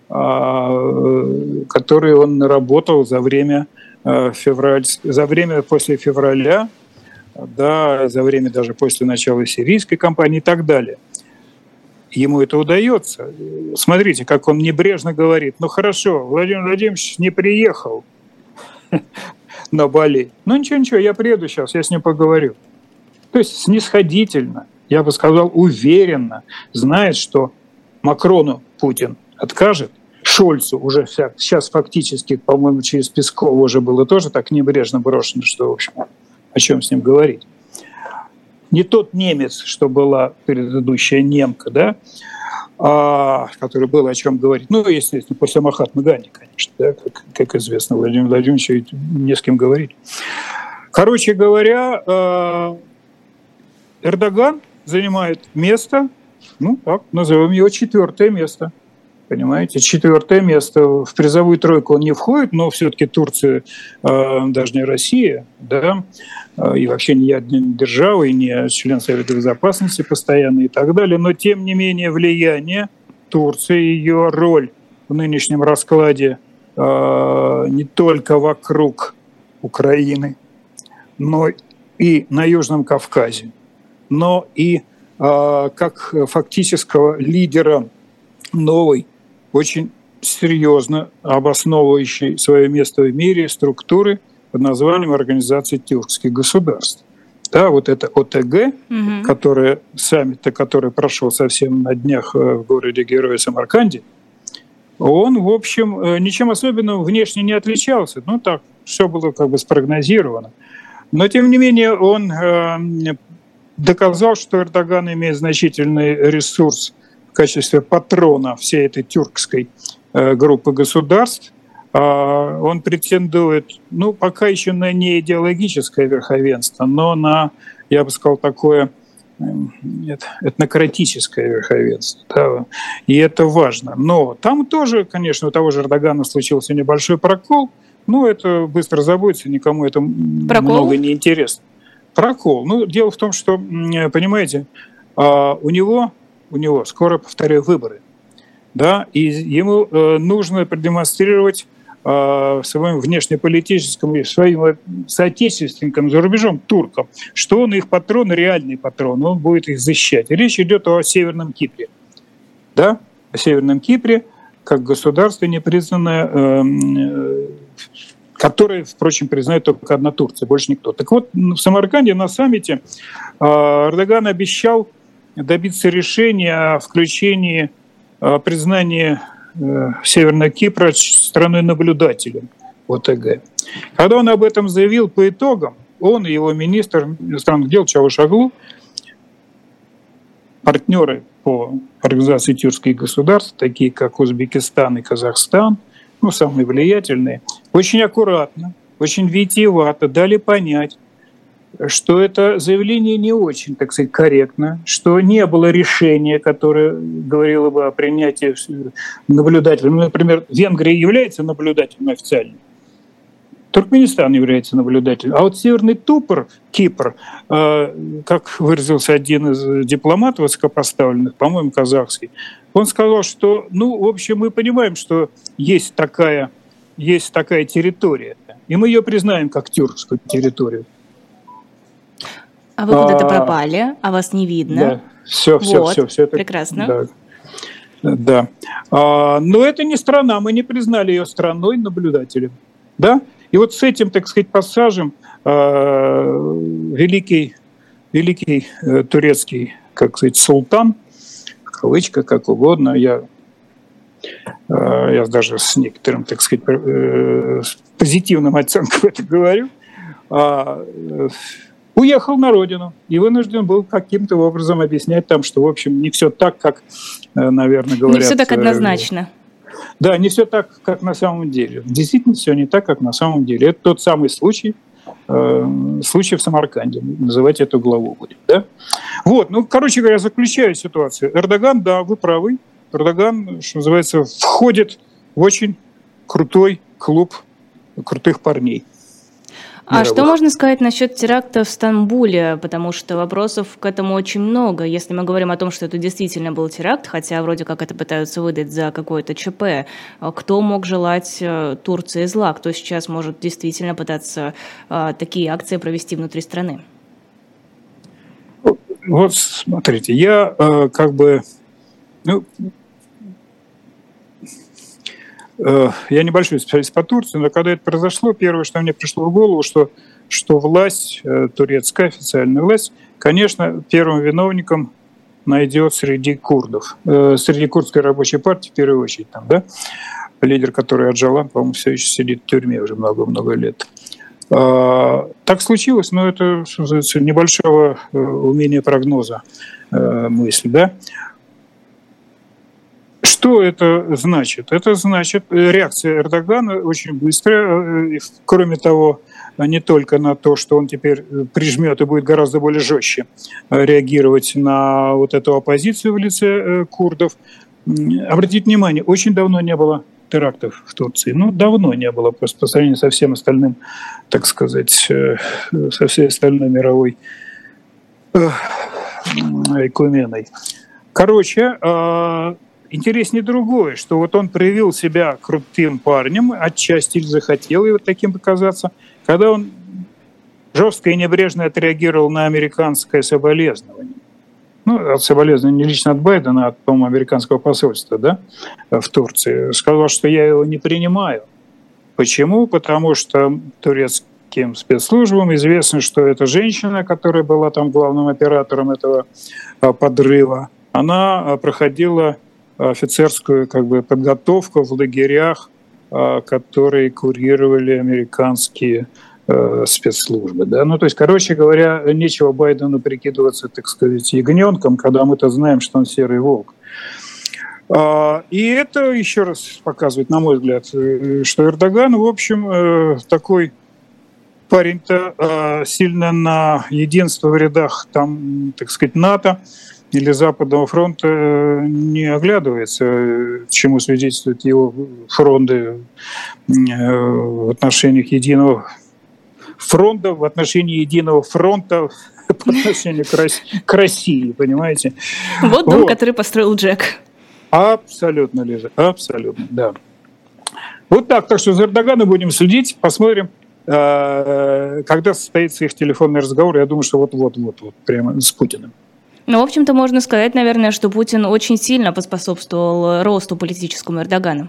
а, которые он наработал за время, а, февраль, за время после февраля, да, за время даже после начала сирийской кампании и так далее. Ему это удается. Смотрите, как он небрежно говорит: ну хорошо, Владимир Владимирович не приехал на Бали. Ну ничего-ничего, я приеду сейчас, я с ним поговорю. То есть снисходительно, я бы сказал, уверенно знает, что Макрону Путин откажет, Шольцу уже сейчас фактически, по-моему, через Пескова уже было тоже так небрежно брошено, что, в общем, о чем с ним говорить. Не тот немец, что была предыдущая немка, да, а, который был о чем говорить. Ну, естественно, после Махатмы Ганди, конечно, да, как, как известно, Владимир Владимирович не с кем говорить. Короче говоря, Эрдоган занимает место, ну, так, назовем его четвертое место. Понимаете, четвертое место. В призовую тройку он не входит, но все-таки Турция, даже не Россия, да, и вообще не ядерная держава, и не член Совета Безопасности постоянно и так далее. Но, тем не менее, влияние Турции, ее роль в нынешнем раскладе не только вокруг Украины, но и на Южном Кавказе, но и как фактического лидера новой, очень серьезно обосновывающей свое место в мире структуры под названием Организация тюркских государств. Да, вот это ОТГ, угу. которая, саммит, который прошел совсем на днях в городе-герое Самарканде, он, в общем, ничем особенным внешне не отличался. Ну так, все было как бы спрогнозировано. Но, тем не менее, он э, доказал, что Эрдоган имеет значительный ресурс в качестве патрона всей этой тюркской э, группы государств. Э, он претендует, ну, пока еще на не идеологическое верховенство, но на, я бы сказал, такое э, этнократическое верховенство. Да, и это важно. Но там тоже, конечно, у того же Эрдогана случился небольшой прокол, но это быстро забудется, никому это прокол? много не интересно. Прокол. Ну, дело в том, что, понимаете, э, у него... У него скоро, повторяю, выборы. Да, и ему э, нужно продемонстрировать э, своим внешнеполитическим и своим соотечественникам за рубежом, туркам, что он их патрон, реальный патрон, он будет их защищать. Речь идет о Северном Кипре. Да, о Северном Кипре, как государство непризнанное, э, э, которое, впрочем, признает только одна Турция, больше никто. Так вот, в Самарканде на саммите э, Эрдоган обещал добиться решения о включении, о признании Северного Кипра страной-наблюдателем ОТГ. Когда он об этом заявил по итогам, он и его министр иностранных дел Чавушоглу, партнеры по организации тюркских государств, такие как Узбекистан и Казахстан, ну, самые влиятельные, очень аккуратно, очень витиевато дали понять, что это заявление не очень, так сказать, корректно, что не было решения, которое говорило бы о принятии наблюдателя. Ну, например, Венгрия является наблюдателем официально, Туркменистан является наблюдателем. А вот Северный Тупор, Кипр, как выразился один из дипломатов высокопоставленных, по-моему, казахский, он сказал, что, ну, в общем, мы понимаем, что есть такая, есть такая территория, и мы ее признаем как тюркскую территорию. А вы куда-то пропали, а вас не видно. Да, все, все, вот. все, все это. Прекрасно. Да. Да. А, но это не страна, мы не признали ее страной наблюдателем. Да? И вот с этим, так сказать, пассажем а, великий, великий э, турецкий, как сказать, султан, в кавычках, как угодно, я, э, я даже с некоторым, так сказать, э, с позитивным оценкой это говорю, а, э, уехал на родину и вынужден был каким-то образом объяснять там, что, в общем, не все так, как, наверное, говорят. Не все так однозначно. Да, не все так, как на самом деле. Действительно, все не так, как на самом деле. Это тот самый случай, э, случай в Самарканде. Называть эту главу будем. Да? Вот, ну, короче говоря, заключаю ситуацию. Эрдоган, да, вы правы. Эрдоган, что называется, входит в очень крутой клуб крутых парней. А что можно сказать насчет теракта в Стамбуле? Потому что вопросов к этому очень много. Если мы говорим о том, что это действительно был теракт, хотя вроде как это пытаются выдать за какое-то ЧП, кто мог желать Турции зла? Кто сейчас может действительно пытаться а, такие акции провести внутри страны? Вот смотрите, я э, как бы... Ну, я небольшой специалист по Турции, но когда это произошло, первое, что мне пришло в голову, что, что власть, турецкая официальная власть, конечно, первым виновником найдет среди курдов, среди курдской рабочей партии в первую очередь, там, да, лидер, который Аджалан, по-моему, все еще сидит в тюрьме уже много-много лет. Так случилось, но это, что называется, небольшого умения прогноза мысли, да. Что это значит? Это значит, реакция Эрдогана очень быстрая. Кроме того, не только на то, что он теперь прижмет и будет гораздо более жестче реагировать на вот эту оппозицию в лице курдов. Обратите внимание, очень давно не было терактов в Турции. Ну, давно не было, просто по сравнению со всем остальным, так сказать, со всей остальной мировой экуменой. Короче, интереснее другое, что вот он проявил себя крутым парнем, отчасти захотел его таким показаться, когда он жестко и небрежно отреагировал на американское соболезнование. Ну, от соболезнования не лично от Байдена, а от, по-моему, американского посольства, да, в Турции. Сказал, что я его не принимаю. Почему? Потому что турецким спецслужбам известно, что эта женщина, которая была там главным оператором этого подрыва, она проходила офицерскую как бы подготовку в лагерях, которые курировали американские э, спецслужбы. Да? Ну, то есть, короче говоря, нечего Байдену прикидываться, так сказать, ягненком, когда мы-то знаем, что он серый волк. А, и это еще раз показывает, на мой взгляд, что Эрдоган, в общем, э, такой парень-то э, сильно на единство в рядах, там, так сказать, НАТО или Западного фронта не оглядывается, чему свидетельствуют его фронты в отношениях единого фронта, в отношении единого фронта по отношению к России, понимаете? Вот дом, вот. Который построил Джек. Абсолютно, Лиза, абсолютно, да. Вот так, так что за Эрдоганом будем следить, посмотрим, когда состоится их телефонный разговор. Я думаю, что вот-вот-вот, прямо с Путиным. Ну, в общем-то, можно сказать, наверное, что Путин очень сильно поспособствовал росту политическому Эрдогана.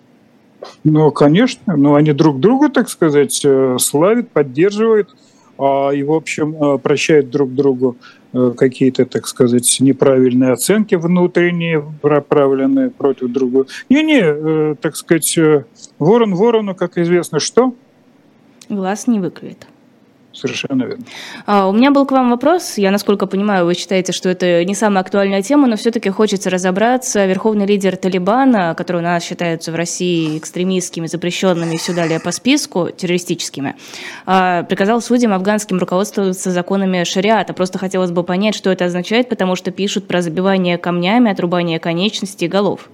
Ну, конечно. Ну, они друг друга, так сказать, славят, поддерживают и, в общем, прощают друг другу какие-то, так сказать, неправильные оценки внутренние, направленные против друга. Не-не, так сказать, ворон ворону, как известно, что? Глаз не выклюет. Совершенно верно. А, у меня был к вам вопрос. Я, насколько понимаю, вы считаете, что это не самая актуальная тема, но все-таки хочется разобраться. Верховный лидер Талибана, который у нас считаются в России экстремистскими, запрещенными и все далее по списку, террористическими, а, приказал судьям афганским руководствоваться законами шариата. Просто хотелось бы понять, что это означает, потому что пишут про забивание камнями, отрубание конечностей и голов.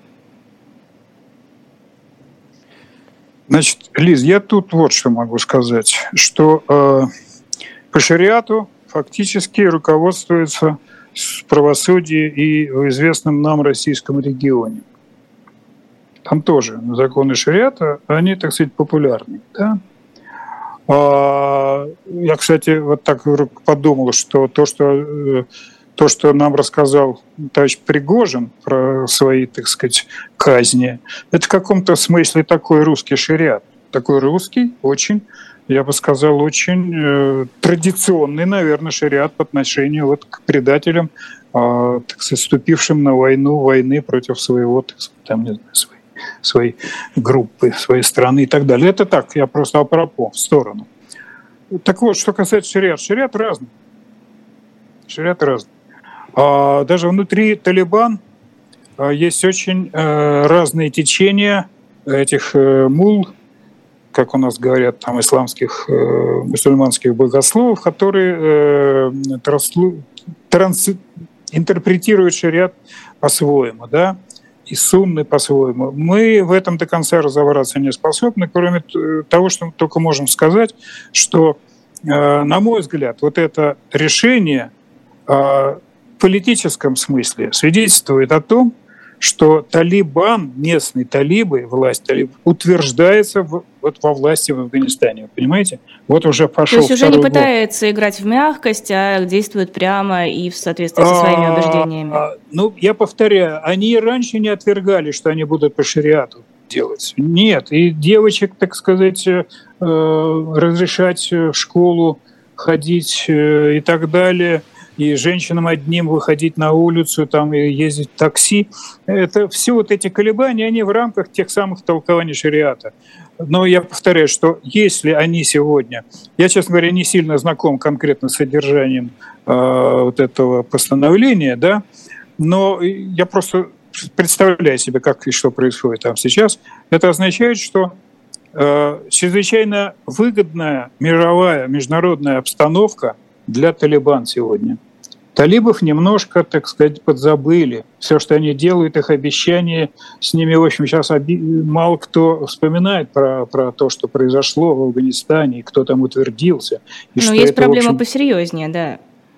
Значит, Лиз, я тут вот что могу сказать, что э, по шариату фактически руководствуется правосудие и в известном нам российском регионе. Там тоже законы шариата, они, так сказать, популярны. Да? А, я, кстати, вот так подумал, что то, что... То, что нам рассказал товарищ Пригожин про свои, так сказать, казни, это в каком-то смысле такой русский шариат. Такой русский, очень, я бы сказал, очень э, традиционный, наверное, шариат по отношению вот к предателям, э, так сказать, вступившим на войну, войны против своего, так сказать, там, не знаю, своей, своей группы, своей страны и так далее. Это так, я просто апропо, в сторону. Так вот, что касается шариат, шариат разный. Шариат разный. А даже внутри Талибан есть очень разные течения этих мул, как у нас говорят, там, исламских, мусульманских богословов, которые транслу, транс, интерпретируют шариат по-своему. Да? и сунны по-своему. Мы в этом до конца разобраться не способны, кроме того, что мы только можем сказать, что, на мой взгляд, вот это решение в политическом смысле свидетельствует о том, что Талибан, местные талибы, власть талибов, утверждается в, вот во власти в Афганистане. Понимаете? Вот уже пошел. То есть уже не год. пытается играть в мягкость, а действует прямо и в соответствии со своими убеждениями. А, ну, я повторяю, они и раньше не отвергали, что они будут по шариату делать. Нет. И девочек, так сказать, разрешать в школу ходить и так далее, и женщинам одним выходить на улицу, там, и ездить в такси. Это все вот эти колебания, они в рамках тех самых толкований шариата. Но я повторяю, что если они сегодня... Я, честно говоря, не сильно знаком конкретно с содержанием э, вот этого постановления, да, но я просто представляю себе, как и что происходит там сейчас. Это означает, что э, чрезвычайно выгодная мировая, международная обстановка для Талибан сегодня. Талибов немножко, так сказать, подзабыли. Все, что они делают, их обещания, с ними, в общем, сейчас оби... мало кто вспоминает про, про то, что произошло в Афганистане, и кто там утвердился. Но есть это, проблема общем... посерьезнее, да.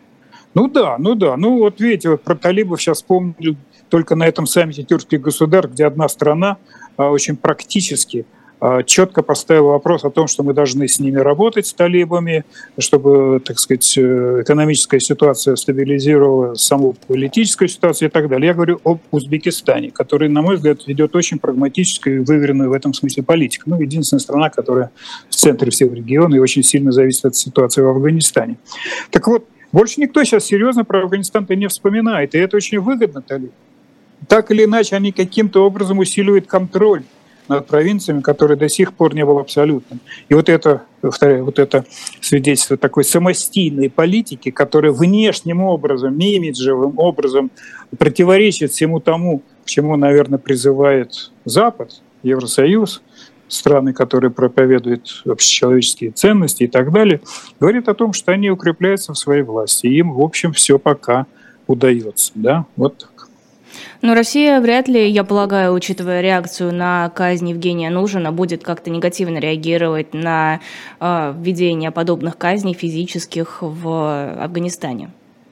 Ну да, ну да. Ну вот видите, вот про талибов сейчас вспомнили только на этом саммите тюркских государств, где одна страна а, очень практически четко поставил вопрос о том, что мы должны с ними работать, с талибами, чтобы, так сказать, экономическая ситуация стабилизировала саму политическую ситуацию и так далее. Я говорю об Узбекистане, который, на мой взгляд, ведет очень прагматическую и выверенную в этом смысле политику. Ну, единственная страна, которая в центре всего региона и очень сильно зависит от ситуации в Афганистане. Так вот, больше никто сейчас серьезно про Афганистан-то не вспоминает, и это очень выгодно талибам. Так или иначе, они каким-то образом усиливают контроль над провинциями, который до сих пор не был абсолютным. И вот это, повторяю, вот это свидетельство такой самостийной политики, которая внешним образом, имиджевым образом противоречит всему тому, к чему, наверное, призывает Запад, Евросоюз, страны, которые проповедуют общечеловеческие ценности и так далее, говорит о том, что они укрепляются в своей власти. И им, в общем, все пока удается. Да? Вот так. Но Россия вряд ли, я полагаю, учитывая реакцию на казнь Евгения Нужина, будет как-то негативно реагировать на э, введение подобных казней физических в Афганистане.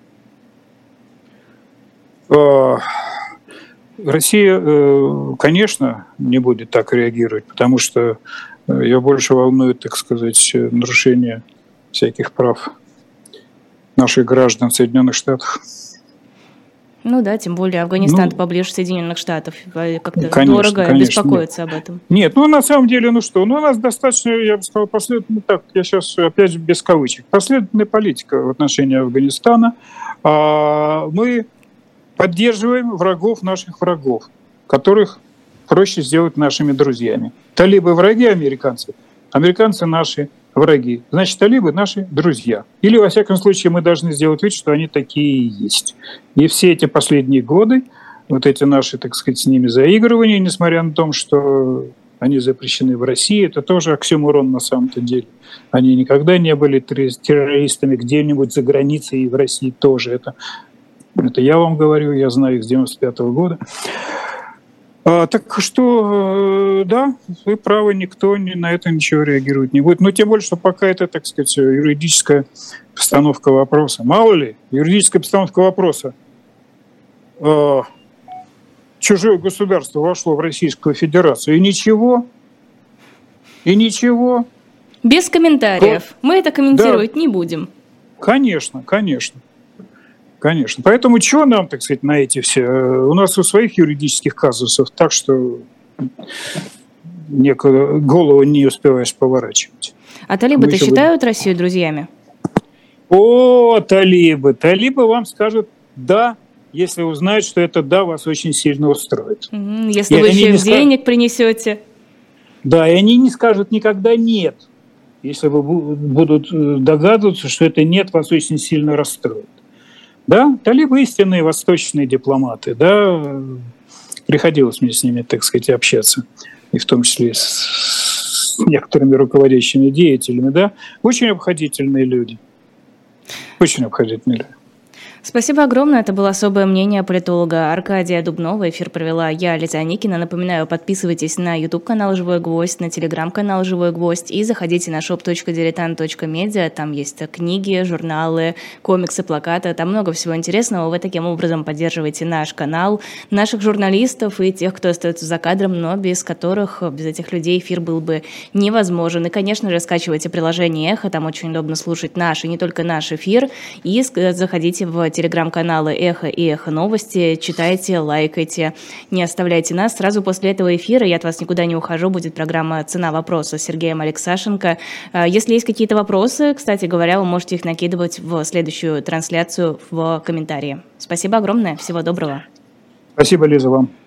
Россия, конечно, не будет так реагировать, потому что ее больше волнует, так сказать, нарушение всяких прав наших граждан в Соединенных Штатах. Ну да, тем более Афганистан ну, поближе Соединенных Штатов. Как-то конечно, дорого конечно, беспокоиться нет. об этом. Нет, ну на самом деле, ну что, ну у нас достаточно, я бы сказал, последовательная, так, я сейчас опять без кавычек, последовательная политика в отношении Афганистана. А, мы поддерживаем врагов наших врагов, которых проще сделать нашими друзьями. Талибы враги американцев, американцы наши враги. Значит, талибы наши друзья. Или, во всяком случае, мы должны сделать вид, что они такие и есть. И все эти последние годы, вот эти наши, так сказать, с ними заигрывания, несмотря на то, что они запрещены в России, это тоже оксюморон на самом-то деле. Они никогда не были террористами где-нибудь за границей, и в России тоже. Это, это я вам говорю, я знаю их с девяносто пятого года. А, так что, да, вы правы, никто на это ничего реагировать не будет. Но тем более, что пока это, так сказать, юридическая постановка вопроса. Мало ли, юридическая постановка вопроса. А, чужое государство вошло в Российскую Федерацию, и ничего, и ничего. Без комментариев. То, Мы это комментировать да, не будем. Конечно, конечно. Конечно. Поэтому чего нам, так сказать, на эти все? У нас у своих юридических казусов так, что некую голову не успеваешь поворачивать. А талибы-то считают будем... Россию друзьями? О, талибы! Талибы вам скажут «да», если узнают, что это «да» вас очень сильно устроит. Mm-hmm. Если и вы еще им денег скажут... принесете. Да, и они не скажут никогда «нет», если вы будут догадываться, что это «нет» вас очень сильно расстроит. Да, талибы истинные восточные дипломаты, да, приходилось мне с ними, так сказать, общаться, и в том числе с, с некоторыми руководящими деятелями, да, очень обходительные люди, очень обходительные люди. Спасибо огромное. Это было особое мнение политолога Аркадия Дубнова. Эфир провела я, Лиза Аникина. Напоминаю, подписывайтесь на YouTube-канал «Живой гвоздь», на Telegram-канал «Живой гвоздь» и заходите на shop точка дилетант точка медиа. Там есть книги, журналы, комиксы, плакаты. Там много всего интересного. Вы таким образом поддерживаете наш канал, наших журналистов и тех, кто остается за кадром, но без которых, без этих людей эфир был бы невозможен. И, конечно же, скачивайте приложение «Эхо». Там очень удобно слушать наш и не только наш эфир. И заходите в телеграм-каналы «Эхо» и «Эхо Новости», читайте, лайкайте, не оставляйте нас. Сразу после этого эфира, я от вас никуда не ухожу, будет программа «Цена вопроса» с Сергеем Алексашенко. Если есть какие-то вопросы, кстати говоря, вы можете их накидывать в следующую трансляцию в комментарии. Спасибо огромное, всего доброго. Спасибо, Лиза, вам.